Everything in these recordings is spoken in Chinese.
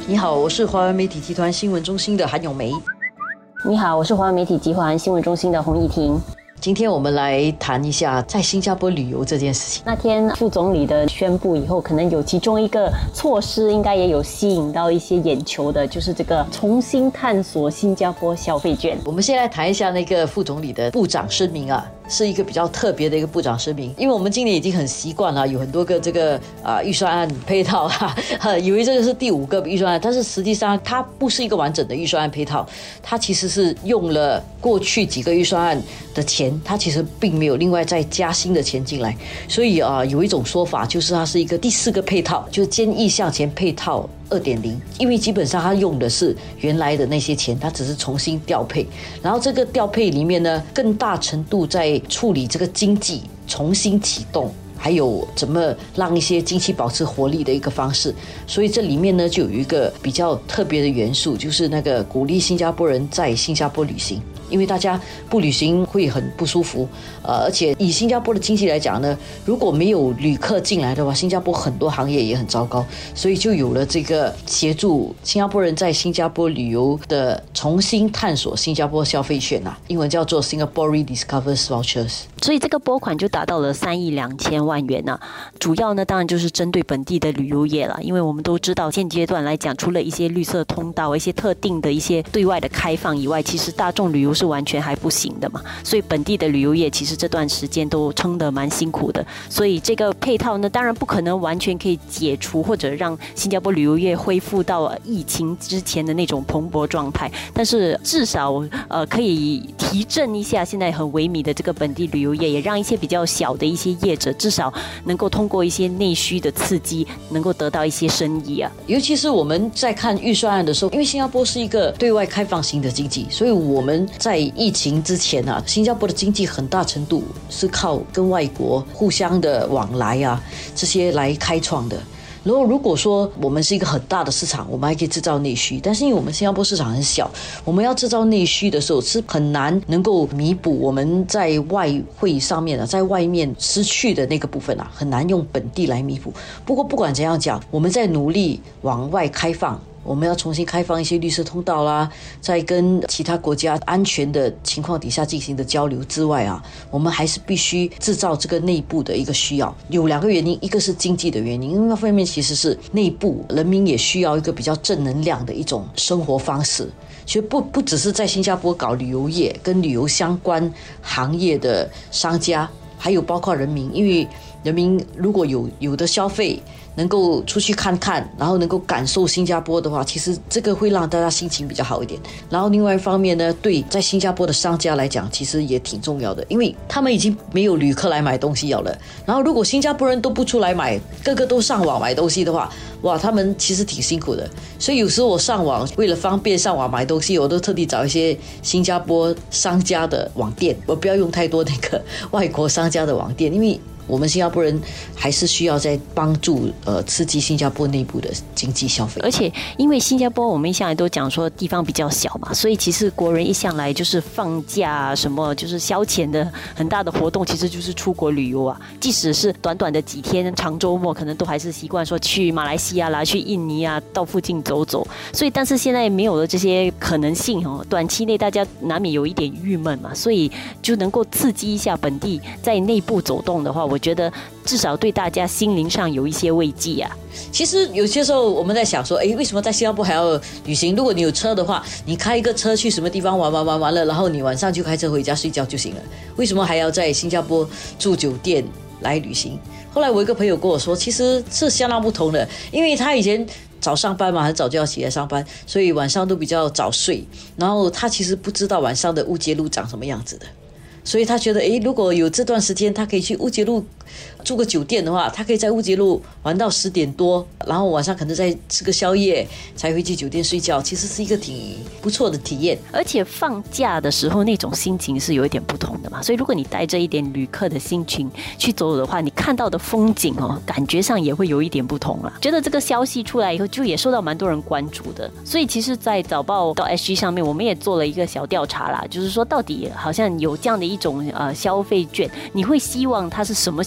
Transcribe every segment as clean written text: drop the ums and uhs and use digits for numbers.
你好，我是华文媒体集团新闻中心的韩咏梅。 你好，我是华文媒体集团新闻中心的洪以婷。 今天我们来谈一下在新加坡旅游这件事情。 那天副总理的宣布以后，可能有其中一个措施应该也有吸引到一些眼球的，就是这个重新探索新加坡消费券。 我们先来谈一下那个副总理的部长声明啊，是一个比较特别的一个部长声明，因为我们今年已经很习惯了，有很多个这个预算案配套以为这个是第5个预算案，但是实际上它不是一个完整的预算案配套，它其实是用了过去几个预算案的钱，它其实并没有另外再加新的钱进来，所以有一种说法就是它是一个第4个配套，就是坚毅向前配套2.0， 因为基本上它用的是原来的那些钱，它只是重新调配，然后这个调配里面呢，更大程度在处理这个经济重新启动，还有怎么让一些经济保持活力的一个方式，所以这里面呢就有一个比较特别的元素，就是那个鼓励新加坡人在新加坡旅行。因为大家不旅行会很不舒服，而且以新加坡的经济来讲呢，如果没有旅客进来的话，新加坡很多行业也很糟糕，所以就有了这个协助新加坡人在新加坡旅游的重新探索新加坡消费券啊，英文叫做 Singapore Rediscovers Vouchers。 所以这个拨款就达到了3亿2千万元啊，主要呢当然就是针对本地的旅游业了，因为我们都知道现阶段来讲，除了一些绿色通道、一些特定的一些对外的开放以外，其实大众旅游是完全还不行的嘛，所以本地的旅游业其实这段时间都撑得蛮辛苦的，所以这个配套呢，当然不可能完全可以解除或者让新加坡旅游业恢复到疫情之前的那种蓬勃状态，但是至少可以提振一下现在很萎靡的这个本地旅游业，也让一些比较小的一些业者至少能够通过一些内需的刺激，能够得到一些生意啊。 尤其是我们在看预算案的时候，因为新加坡是一个对外开放型的经济，所以我们在疫情之前啊，新加坡的经济很大程度是靠跟外国互相的往来啊，这些来开创的。然后如果说我们是一个很大的市场，我们还可以制造内需，但是因为我们新加坡市场很小，我们要制造内需的时候是很难能够弥补我们在外汇上面啊，在外面失去的那个部分啊，很难用本地来弥补。不过不管怎样讲，我们在努力往外开放，我们要重新开放一些绿色通道啦，在跟其他国家安全的情况底下进行的交流之外啊，我们还是必须制造这个内部的一个需要。有2个原因，一个是经济的原因，另外一方面其实是内部人民也需要一个比较正能量的一种生活方式。其实不只是在新加坡搞旅游业，跟旅游相关行业的商家，还有包括人民，因为人民如果有的消费，能够出去看看，然后能够感受新加坡的话，其实这个会让大家心情比较好一点。然后另外一方面呢，对在新加坡的商家来讲，其实也挺重要的，因为他们已经没有旅客来买东西了。然后如果新加坡人都不出来买，个个都上网买东西的话，哇，他们其实挺辛苦的。所以有时候我上网为了方便上网买东西，我都特地找一些新加坡商家的网店，我不要用太多那个外国商家的网店，因为我们新加坡人还是需要在帮助刺激新加坡内部的经济消费。 而且因为新加坡我们一向来都讲说地方比较小嘛，所以其实国人一向来就是放假什么就是消遣的很大的活动其实就是出国旅游啊，即使是短短的几天长周末，可能都还是习惯说去马来西亚啦，去印尼啊，到附近走走。所以但是现在没有了这些可能性哦，短期内大家难免有一点郁闷嘛，所以就能够刺激一下本地在内部走动的话，我觉得至少对大家心灵上有一些慰藉啊。 其实有些时候我们在想说，为什么在新加坡还要旅行？如果你有车的话，你开一个车去什么地方玩了，然后你晚上就开车回家睡觉就行了，为什么还要在新加坡住酒店来旅行？后来我一个朋友跟我说，其实是相当不同的，因为他以前早上班嘛，很早就要起来上班，所以晚上都比较早睡，然后他其实不知道晚上的乌节路长什么样子的，所以他觉得如果有这段时间他可以去乌节路住个酒店的话，他可以在乌节路玩到10点多，然后晚上可能再吃个宵夜才回去酒店睡觉，其实是一个挺不错的体验。 而且放假的时候那种心情是有一点不同的嘛，所以如果你带着一点旅客的心情去走的话，你看到的风景感觉上也会有一点不同了。觉得这个消息出来以后就也受到蛮多人关注的，所以其实在早报到 SG 上面我们也做了一个小调查啦，就是说到底好像有这样的一种消费券，你会希望它是什么形式的？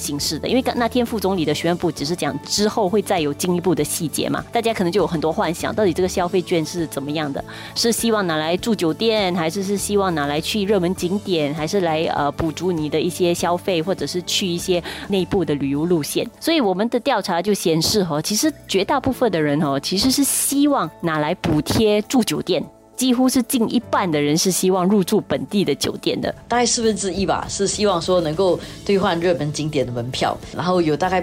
的，因为那天副总理的宣布只是讲之后会再有进一步的细节嘛，大家可能就有很多幻想，到底这个消费券是怎么样的，是希望拿来住酒店，还是希望拿来去热门景点，还是来补足你的一些消费，或者是去一些内部的旅游路线。所以我们的调查就显示其实绝大部分的人其实是希望拿来补贴住酒店，几乎是近一半的人是希望入住本地的酒店的， 大概1/4吧，是希望说能够兑换热门景点的门票，然后有大概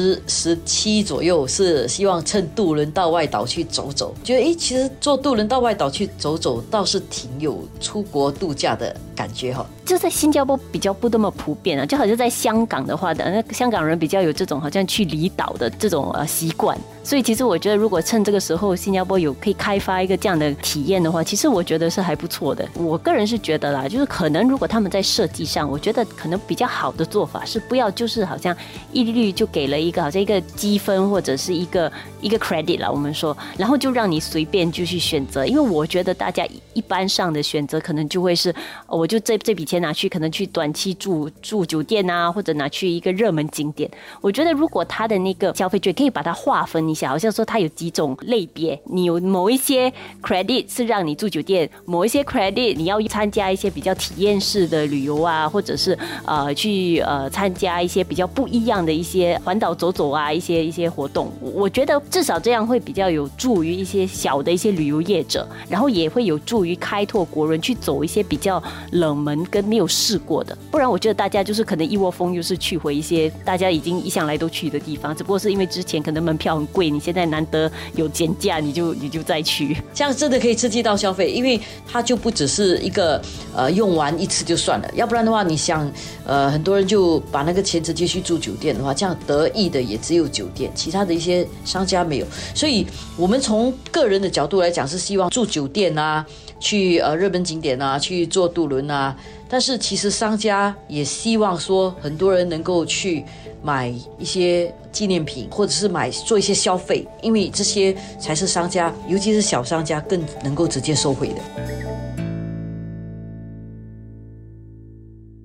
17%左右是希望乘渡轮到外岛去走走，觉得其实坐渡轮到外岛去走走倒是挺有出国度假的感觉哈。 就在新加坡比较不那么普遍啊，就好像在香港的话那香港人比较有这种好像去离岛的这种习惯，所以其实我觉得如果趁这个时候新加坡有可以开发一个这样的体验的话，其实我觉得是还不错的。我个人是觉得啦，就是可能如果他们在设计上，我觉得可能比较好的做法是不要就是好像一律就给了一个好像一个积分或者是一个 credit 啦，我们说，然后就让你随便就去选择，因为我觉得大家一般上的选择可能就会是我就这笔钱拿去可能去短期住酒店啊，或者拿去一个热门景点。我觉得如果他的那个消费券可以把它划分一下，好像说它有几种类别，你有某一些 credit 是让你住酒店，某一些 credit 你要参加一些比较体验式的旅游啊，或者是去参加一些比较不一样的一些环岛走走啊，一些活动。我觉得至少这样会比较有助于一些小的一些旅游业者，然后也会有助于开拓国人去走一些比较冷门跟没有试过的，不然我觉得大家就是可能一窝蜂又是去回一些大家已经一向来都去的地方，只不过是因为之前可能门票很贵，你现在难得有减价，你就再去， 这样真的可以刺激到消费，因为它就不只是一个用完一次就算了，要不然的话你想很多人就把那个钱直接去住酒店的话，这样得益的也只有酒店，其他的一些商家没有。所以我们从个人的角度来讲是希望住酒店啊，去热门景点啊，去坐渡轮啊，但是其实商家也希望说很多人能够去买一些纪念品，或者是做一些消费，因为这些才是商家尤其是小商家更能够直接收回的。